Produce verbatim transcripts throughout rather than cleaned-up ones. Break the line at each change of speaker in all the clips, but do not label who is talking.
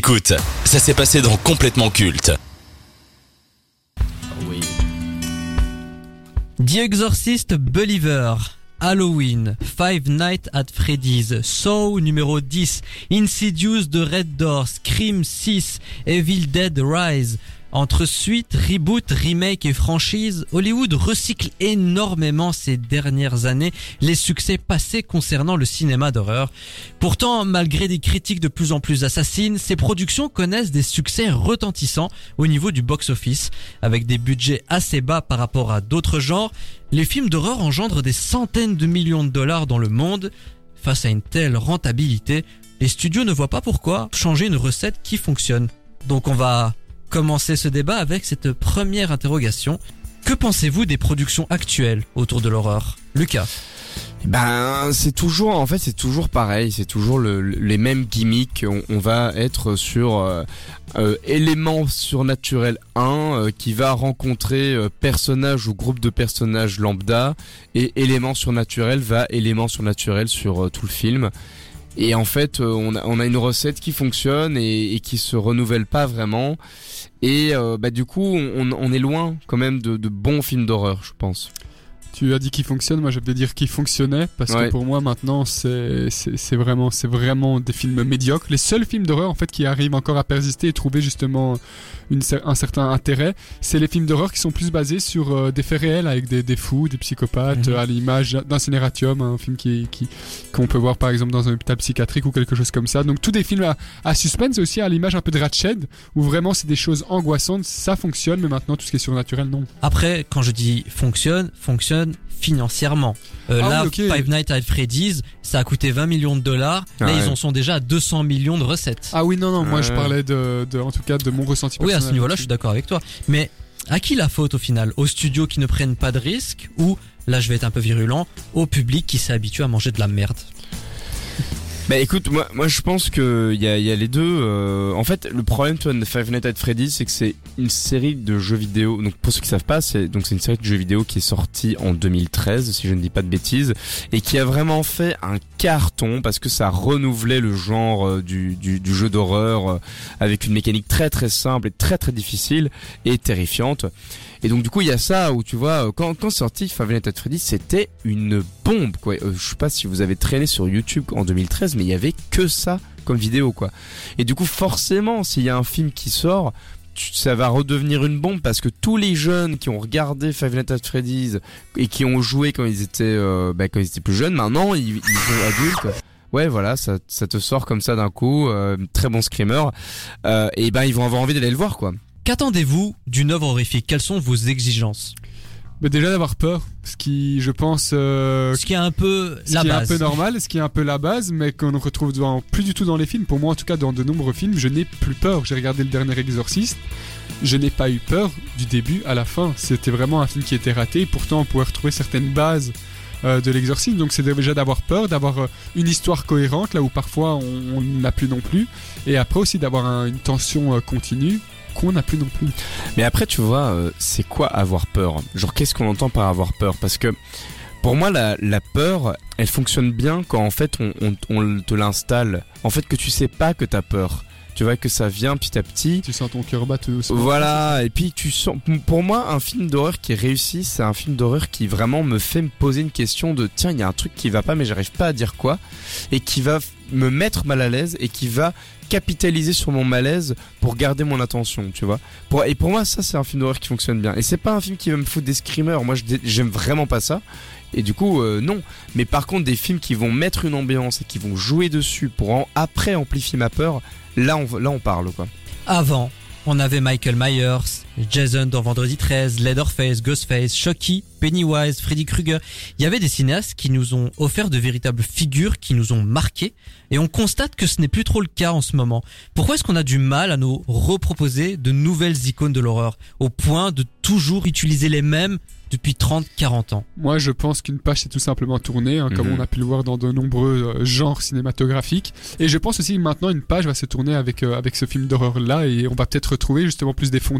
Écoute, ça s'est passé dans Complètement Culte.
Oui.
The Exorcist Believer, Halloween, Five Nights at Freddy's, Saw numéro dix, Insidious de Red Door, Scream six, Evil Dead Rise. Entre suite, reboot, remake et franchise, Hollywood recycle énormément ces dernières années les succès passés concernant le cinéma d'horreur. Pourtant, malgré des critiques de plus en plus assassines, ces productions connaissent des succès retentissants au niveau du box-office. Avec des budgets assez bas par rapport à d'autres genres, les films d'horreur engendrent des centaines de millions de dollars dans le monde. Face à une telle rentabilité, les studios ne voient pas pourquoi changer une recette qui fonctionne. Donc on va commencer ce débat avec cette première interrogation. Que pensez-vous des productions actuelles autour de l'horreur, Lucas?
Ben, c'est toujours, en fait, c'est toujours pareil, c'est toujours le, le, les mêmes gimmicks. On, on va être sur euh, euh, élément surnaturel un euh, qui va rencontrer euh, personnage ou groupe de personnages lambda, et élément surnaturel va élément surnaturel sur euh, tout le film. Et en fait, euh, on, a, on a une recette qui fonctionne et, et qui se renouvelle pas vraiment. Et euh, bah du coup, on, on est loin quand même de, de bons films d'horreur, je pense.
Tu as dit qu'il fonctionne, moi je vais te dire qu'il fonctionnait, parce
ouais.
que pour moi maintenant c'est, c'est, c'est, vraiment, c'est vraiment des films médiocres. Les seuls films d'horreur en fait qui arrivent encore à persister et trouver justement une, un certain intérêt, c'est les films d'horreur qui sont plus basés sur euh, des faits réels avec des, des fous, des psychopathes, mmh. euh, à l'image d'Incineratium, un film qui, qui, qu'on peut voir par exemple dans un hôpital psychiatrique ou quelque chose comme ça. Donc tous des films à, à suspense, et aussi à l'image un peu de Ratched, où vraiment c'est des choses angoissantes, ça fonctionne, mais maintenant tout ce qui est surnaturel, non.
Après, quand je dis fonctionne, fonctionne financièrement. Euh, ah là, oui, okay. Five Nights at Freddy's, ça a coûté vingt millions de dollars. Ah là, ouais. Ils en sont déjà à deux cents millions de recettes.
Ah oui, non, non, moi
ouais.
je parlais de, de, en tout cas, de mon ressenti personnel.
Oui, à ce niveau-là, je suis d'accord avec toi. Mais à qui la faute au final? Aux studios qui ne prennent pas de risques, ou, là je vais être un peu virulent, au public qui s'est habitué à manger de la merde?
Bah écoute, moi, moi je pense que il y a, y a les deux. Euh, en fait, le problème de Five Nights at Freddy's, c'est que c'est une série de jeux vidéo. Donc pour ceux qui savent pas, c'est donc c'est une série de jeux vidéo qui est sortie en deux mille treize, si je ne dis pas de bêtises, et qui a vraiment fait un carton parce que ça renouvelait le genre euh, du, du du jeu d'horreur euh, avec une mécanique très très simple et très très difficile et terrifiante. Et donc du coup il y a ça où tu vois quand quand c'est sorti Five Nights at Freddy's, c'était une bombe quoi. Euh, je sais pas si vous avez traîné sur YouTube en deux mille treize, mais il y avait que ça comme vidéo quoi. Et du coup forcément s'il y a un film qui sort, tu, ça va redevenir une bombe parce que tous les jeunes qui ont regardé Five Nights at Freddy's et qui ont joué quand ils étaient euh, bah, quand ils étaient plus jeunes, maintenant ils, ils sont adultes. Ouais, voilà, ça, ça te sort comme ça d'un coup, euh, très bon screamer. Euh, et ben ils vont avoir envie d'aller le voir quoi.
Qu'attendez-vous d'une œuvre horrifique? Quelles sont vos exigences?
Mais déjà d'avoir peur, ce qui, je pense, euh,
ce qui est un peu la
ce qui
base,
est un peu normal, ce qui est un peu la base, mais qu'on ne retrouve dans, plus du tout dans les films. Pour moi, en tout cas, dans de nombreux films, je n'ai plus peur. J'ai regardé le dernier Exorciste, je n'ai pas eu peur du début à la fin. C'était vraiment un film qui était raté. Pourtant, on pouvait retrouver certaines bases euh, de l'exorcisme. Donc, c'est déjà d'avoir peur, d'avoir euh, une histoire cohérente, là où parfois on, on n'a plus non plus. Et après aussi d'avoir un, une tension euh, continue qu'on n'a plus non plus.
Mais après tu vois euh, c'est quoi avoir peur? Genre qu'est-ce qu'on entend par avoir peur? Parce que pour moi la, la peur elle fonctionne bien quand en fait on, on, on te l'installe. En fait que tu sais pas que t'as peur. Tu vois que ça vient petit à petit.
Tu sens ton cœur battre.
Voilà, et puis tu sens. Pour moi, un film d'horreur qui est réussi, c'est un film d'horreur qui vraiment me fait me poser une question de tiens, il y a un truc qui va pas, mais j'arrive pas à dire quoi, et qui va me mettre mal à l'aise et qui va capitaliser sur mon malaise pour garder mon attention, tu vois. Pour, et pour moi, ça, c'est un film d'horreur qui fonctionne bien. Et c'est pas un film qui va me foutre des screamers. Moi, j'aime vraiment pas ça. Et du coup, euh, non. Mais par contre, des films qui vont mettre une ambiance et qui vont jouer dessus pour en, après amplifier ma peur. Là on, là on parle quoi.
Avant, on avait Michael Myers, Jason dans Vendredi treize, Leatherface, Ghostface, Chucky, Pennywise, Freddy Krueger. Il y avait des cinéastes qui nous ont offert de véritables figures qui nous ont marqués. Et on constate que ce n'est plus trop le cas en ce moment. Pourquoi est-ce qu'on a du mal à nous reproposer de nouvelles icônes de l'horreur, au point de toujours utiliser les mêmes depuis trente à quarante ans?
Moi, je pense qu'une page s'est tout simplement tournée, hein, mm-hmm. comme on a pu le voir dans de nombreux euh, genres cinématographiques. Et je pense aussi que maintenant, une page va se tourner avec, euh, avec ce film d'horreur-là, et on va peut-être retrouver justement plus des fondamentaux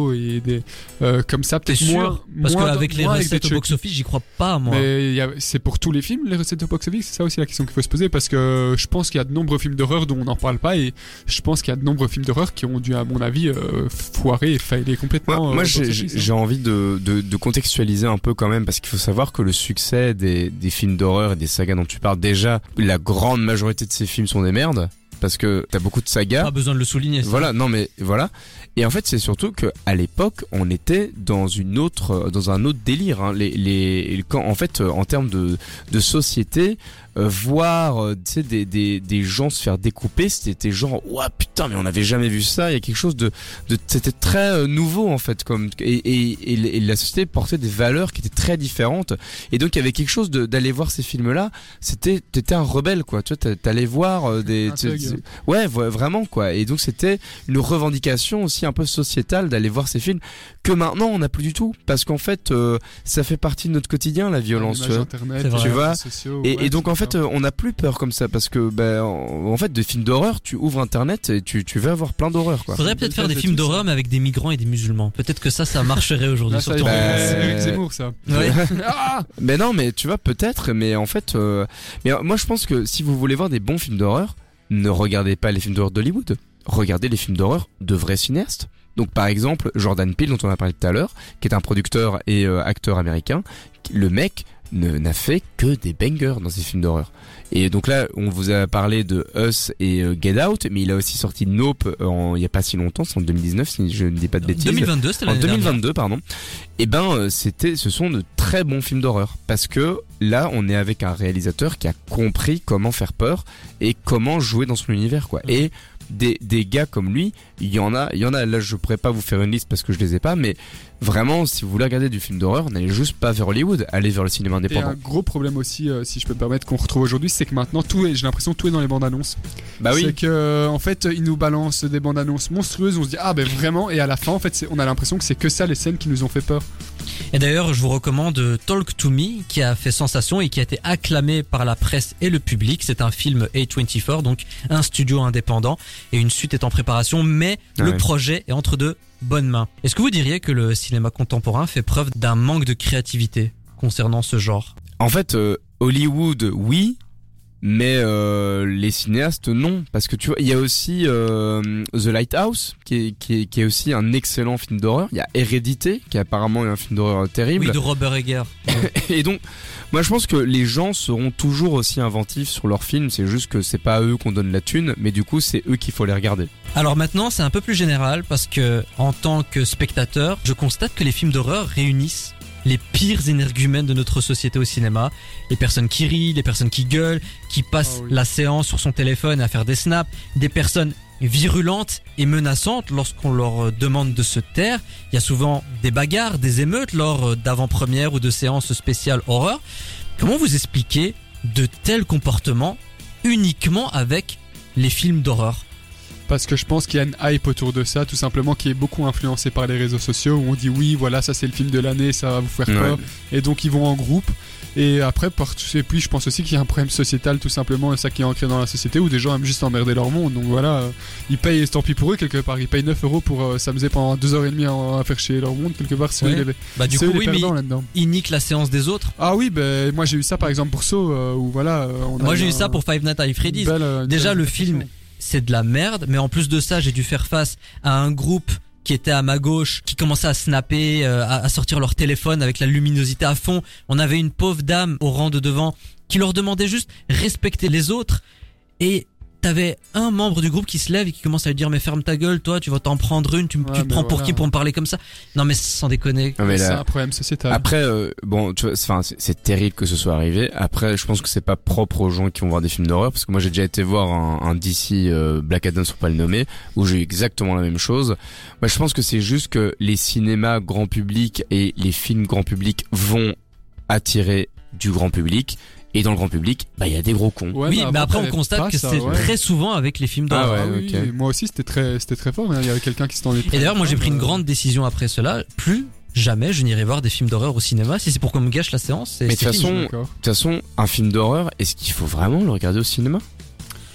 Psycho et des euh, comme ça,
T'es
peut-être moins.
sûr? Parce
moins
qu'avec
dans-
les
moins avec
recettes
des
au
Chucky.
box-office, j'y crois pas, moi.
Mais il y a- c'est pour tous les films, les recettes au box-office, c'est ça aussi la question qu'il faut se poser, parce que je pense qu'il y a de nombreux films d'horreur dont on n'en parle pas, et je pense qu'il y a de nombreux films d'horreur qui ont dû, à mon avis, euh, foirer et failer complètement.
Moi,
euh,
moi
au
j'ai,
box-office,
j'ai
hein.
envie de, de, de contextualiser un peu quand même, parce qu'il faut savoir que le succès des, des films d'horreur et des sagas dont tu parles, déjà, la grande majorité de ces films sont des merdes, parce que t'as beaucoup de sagas.
Pas besoin de le souligner. ça.
Voilà, non mais voilà. Et en fait, c'est surtout que à l'époque, on était dans une autre, dans un autre délire. Hein. Les, les, quand, en fait, euh, en termes de, de société, euh, voir, euh, tu sais, des, des, des gens se faire découper, c'était genre, ouah putain, mais on n'avait jamais vu ça. Il y a quelque chose de, de c'était très euh, nouveau en fait, comme et, et, et, et la société portait des valeurs qui étaient très différentes. Et donc il y avait quelque chose de, d'aller voir ces films-là. C'était, t'étais un rebelle quoi. Tu vois, t'a- t'allais voir euh, des,
Un
tu-
thug.
tu- ouais, vo- vraiment quoi. Et donc c'était une revendication aussi un peu sociétale d'aller voir ces films que maintenant on n'a plus du tout, parce qu'en fait euh, ça fait partie de notre quotidien, la violence.
L'image
tu vois.
Internet,
C'est vrai.
les
Tu vois.
réseaux sociaux,
Et,
ouais,
et donc
c'est
en fait
ça.
euh, on n'a plus peur comme ça, parce que ben en, en fait des films d'horreur, tu ouvres internet et tu, tu vas avoir plein d'horreur quoi.
Faudrait
une
peut-être
belle
faire des
phase de
films
tout ça.
d'horreur mais avec des migrants et des musulmans. Peut-être que ça, ça marcherait aujourd'hui.
Là, ça,
surtout
il
en
bah,
France.
c'est Eric Zemmour, ça.
Ouais.
Ah
Mais non, mais tu vois peut-être, mais en fait, euh, mais euh, moi je pense que si vous voulez voir des bons films d'horreur, ne regardez pas les films d'horreur d'Hollywood, regardez les films d'horreur de vrais cinéastes. Donc par exemple Jordan Peele dont on a parlé tout à l'heure, qui est un producteur et euh, acteur américain, le mec ne, n'a fait que des bangers dans ses films d'horreur. Et donc là, on vous a parlé de Us et euh, Get Out, mais il a aussi sorti Nope euh, en, il y a pas si longtemps, c'est en deux mille dix-neuf si je ne dis pas de bêtises.
deux mille vingt-deux, c'était
En
l'année
deux mille
dernière.
vingt-deux, pardon. Et ben, euh, c'était, ce sont de très bons films d'horreur, parce que là, on est avec un réalisateur qui a compris comment faire peur et comment jouer dans son univers, quoi. Et des des gars comme lui, il y en a, il y en a. Là, je pourrais pas vous faire une liste parce que je les ai pas, mais vraiment, si vous voulez regarder du film d'horreur, n'allez juste pas vers Hollywood, allez vers le cinéma
Et
indépendant.
un gros problème aussi, euh, si je peux me permettre, qu'on retrouve aujourd'hui, c'est que maintenant tout est, j'ai l'impression que tout est dans les bandes annonces.
Bah oui.
C'est que euh, en fait, ils nous balancent des bandes annonces monstrueuses. On se dit ah ben vraiment, et à la fin, en fait, c'est- on a l'impression que c'est que ça les scènes qui nous ont fait peur.
Et d'ailleurs, je vous recommande Talk to Me, qui a fait sensation et qui a été acclamé par la presse et le public. C'est un film A vingt-quatre, donc un studio indépendant, et une suite est en préparation, mais
Ah
le
ouais.
projet est entre de bonnes mains. Est-ce que vous diriez que le cinéma contemporain fait preuve d'un manque de créativité concernant ce genre?
En fait, euh, Hollywood, oui. Mais euh, les cinéastes non, parce que tu vois, il y a aussi euh, The Lighthouse qui est, qui est qui est aussi un excellent film d'horreur. Il y a Hérédité qui est apparemment un film d'horreur terrible.
Oui, de Robert Egger.
Et donc, moi je pense que les gens seront toujours aussi inventifs sur leurs films. C'est juste que c'est pas à eux qu'on donne la thune, mais du coup c'est eux qu'il faut les regarder.
Alors maintenant, c'est un peu plus général parce que, en tant que spectateur, je constate que les films d'horreur réunissent les pires énergumènes de notre société au cinéma. Les personnes qui rient, les personnes qui gueulent, qui passent
Ah oui.
la séance sur son téléphone à faire des snaps, des personnes virulentes et menaçantes lorsqu'on leur demande de se taire. Il y a souvent des bagarres, des émeutes lors d'avant-premières ou de séances spéciales horreur. Comment vous expliquez de tels comportements uniquement avec les films d'horreur?
Parce que je pense qu'il y a une hype autour de ça, tout simplement, qui est beaucoup influencée par les réseaux sociaux, où on dit oui, voilà, ça c'est le film de l'année, ça va vous faire peur. Et donc ils vont en groupe. Et après, par... et puis je pense aussi qu'il y a un problème sociétal, tout simplement, et ça qui est ancré dans la société, où des gens aiment juste emmerder leur monde. Donc voilà, euh, ils payent, tant pis pour eux, quelque part. Ils payent neuf euros pour euh, s'amuser pendant deux heures et demie à, à faire chier leur monde, quelque part. C'est
Ouais.
eux les,
Bah du
c'est
coup,
eux les
oui, mais
perdants là-dedans.
ils niquent la séance des autres.
Ah oui, ben moi j'ai eu ça par exemple pour Saw, euh, où voilà. euh, on a
Moi j'ai eu
un-
ça pour Five Nights at
une
Freddy's.
belle, euh, une
Déjà
belle
le
interprétation.
film c'est de la merde, mais en plus de ça j'ai dû faire face à un groupe qui était à ma gauche, qui commençait à snapper, euh, à, à sortir leur téléphone avec la luminosité à fond. On avait une pauvre dame au rang de devant qui leur demandait juste respecter les autres, et t'avais un membre du groupe qui se lève et qui commence à lui dire mais ferme ta gueule toi, tu vas t'en prendre une, tu,
Ouais,
tu te
mais
prends pour
voilà.
qui pour me parler comme ça? Non mais sans déconner.
Non, mais
C'est
là-
un problème sociétal.
Après, euh, bon, tu vois, enfin, c'est, c'est terrible que ce soit arrivé. Après, je pense que c'est pas propre aux gens qui vont voir des films d'horreur, parce que moi j'ai déjà été voir un, un D C euh, Black Adam, pour pas le nommer, où j'ai eu exactement la même chose. Moi, je pense que c'est juste que les cinémas grand public et les films grand public vont attirer du grand public. Et dans le grand public, bah il y a des gros cons.
Ouais,
Oui, mais après on
t'avais
constate
pas
que
ça,
c'est
ouais.
très souvent avec les films d'horreur.
Ah
Ah
ouais,
oui,
ok.
et moi aussi c'était très, c'était très fort. hein. Il y avait quelqu'un qui s'en est pris.
Et d'ailleurs, moi j'ai pris une
Euh,
grande décision après cela. Plus jamais je n'irai voir des films d'horreur au cinéma. Si c'est pour qu'on me gâche la séance, c'est
Mais de
c'est
toute
fini.
façon,
D'accord.
De toute façon, un film d'horreur, est-ce qu'il faut vraiment le regarder au cinéma?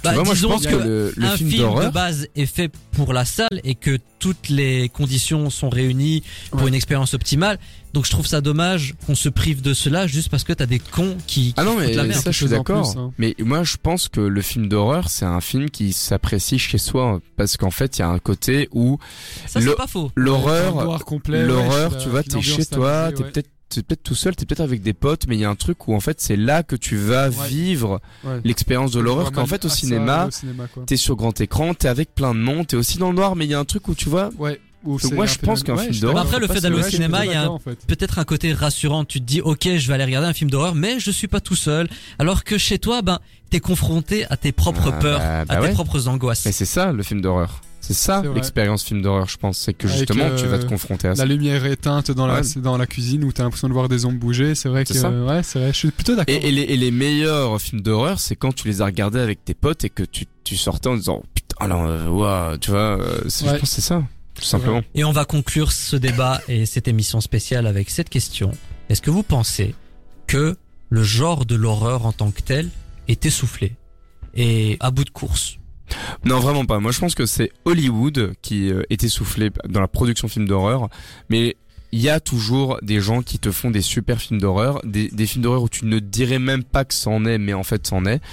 Bah,
tu vois, moi je
disons
pense que
que
le, le
un
film,
film de
d'horreur,
base est fait pour la salle et que toutes les conditions sont réunies pour
Ouais.
une expérience optimale. Donc je trouve ça dommage qu'on se prive de cela juste parce que t'as des cons qui, qui
ah non
foutent
mais
la merde.
ça je suis
quelque chose en
d'accord.
plus, hein.
Mais moi je pense que le film d'horreur c'est un film qui s'apprécie chez soi parce qu'en fait il y a un côté où
Ça
le-
c'est pas faux.
Un
l'horreur,
noir complet,
l'horreur,
ouais,
tu
la-
vois, t'es
l'ambiance
chez toi,
tamisée,
t'es
ouais.
peut-être t'es peut-être tout seul, t'es peut-être avec des potes, mais il y a un truc où en fait c'est là que tu vas
Ouais.
vivre
Ouais.
l'expérience de l'horreur.
Vraiment
Qu'en fait au
à ça,
cinéma,
au cinéma, quoi.
t'es sur grand écran, t'es avec plein de monde, t'es aussi dans le noir, mais il y a un truc où tu vois.
Ouais. Ou
Donc
c'est
moi,
un
je pense
phénomène-
qu'un
ouais,
film
je suis
d'horreur-
d'accord.
Après, le
Pas
fait
si-
d'aller au
ouais, je suis
cinéma,
plutôt
il y a un-
d'accord, en fait.
Peut-être un côté rassurant. Tu te dis, ok, je vais aller regarder un film d'horreur, mais je suis pas tout seul. Alors que chez toi, ben, t'es confronté à tes propres
Ah,
peurs,
bah, bah
à tes
ouais.
propres angoisses.
Mais c'est ça le film d'horreur. C'est ça
C'est vrai.
l'expérience film d'horreur, je pense. C'est que
Avec,
justement
euh,
tu vas te confronter à ça.
La lumière éteinte dans la,
Ouais.
c'est dans la cuisine où t'as l'impression de voir des ombres bouger. C'est vrai que,
C'est ça.
euh, ouais, c'est vrai. Je suis plutôt d'accord.
Et, et les, et les meilleurs films d'horreur, c'est quand tu les as regardés avec tes potes et que tu, tu sortais en disant putain, alors, euh, ouah, tu vois, euh, c'est-
Ouais.
je pense que c'est ça, tout simplement.
Et on va conclure ce débat et cette émission spéciale avec cette question. Est-ce que vous pensez que le genre de l'horreur en tant que tel est essoufflé et à bout de course?
Non, vraiment pas. Moi, je pense que c'est Hollywood qui euh, est essoufflé dans la production de films d'horreur, mais il y a toujours des gens qui te font des super films d'horreur, des, des films d'horreur où tu ne dirais même pas que c'en est, mais en fait c'en est.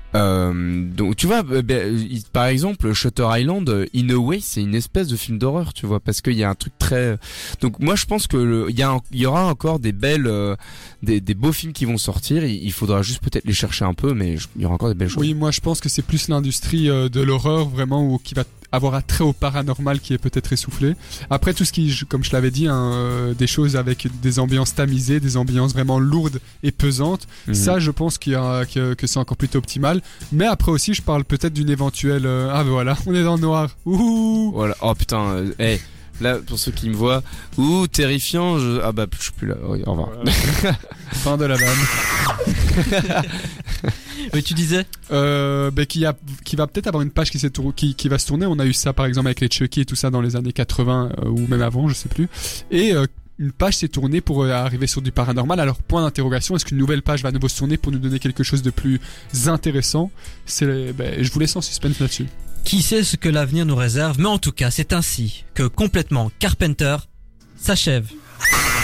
Euh, donc tu vois, euh, ben, il- par exemple, Shutter Island, euh, in a way, c'est une espèce de film d'horreur, tu vois, parce qu'il y a un truc très. Donc moi, je pense que le- il y a, un- il y aura encore des belles, euh, des, des beaux films qui vont sortir. Il, il faudra juste peut-être les chercher un peu, mais je- il y aura encore des belles choses.
Oui, moi je pense que c'est plus l'industrie euh, de l'horreur vraiment où qui va avoir un trait au paranormal qui est peut-être essoufflé. Après tout ce qui, je- comme je l'avais dit, hein, euh, des choses avec des ambiances tamisées, des ambiances vraiment lourdes et pesantes.
Mhm.
Ça, je pense qu'il y a, que, que c'est encore plutôt optimal. Mais après aussi, je parle peut-être d'une éventuelle. euh, Ah ben voilà, on est dans le noir. Ouh.
Voilà. Oh putain. Euh, hey, là, pour ceux qui me voient, ouh, terrifiant. Je... Ah bah, je suis plus là. Oui, au revoir.
Fin de la vanne.
Oui, tu disais?
Euh, ben, qui, a, qui va peut-être avoir une page qui, s'est tour- qui, qui va se tourner. On a eu ça par exemple avec les Chucky et tout ça dans les années quatre-vingts euh, ou même avant, je sais plus. Et euh, une page s'est tournée pour euh, arriver sur du paranormal. Alors point d'interrogation, est-ce qu'une nouvelle page va à nouveau se tourner pour nous donner quelque chose de plus intéressant? C'est, ben, je vous laisse en suspense là-dessus.
Qui sait ce que l'avenir nous réserve, mais en tout cas, c'est ainsi que complètement Carpenter s'achève.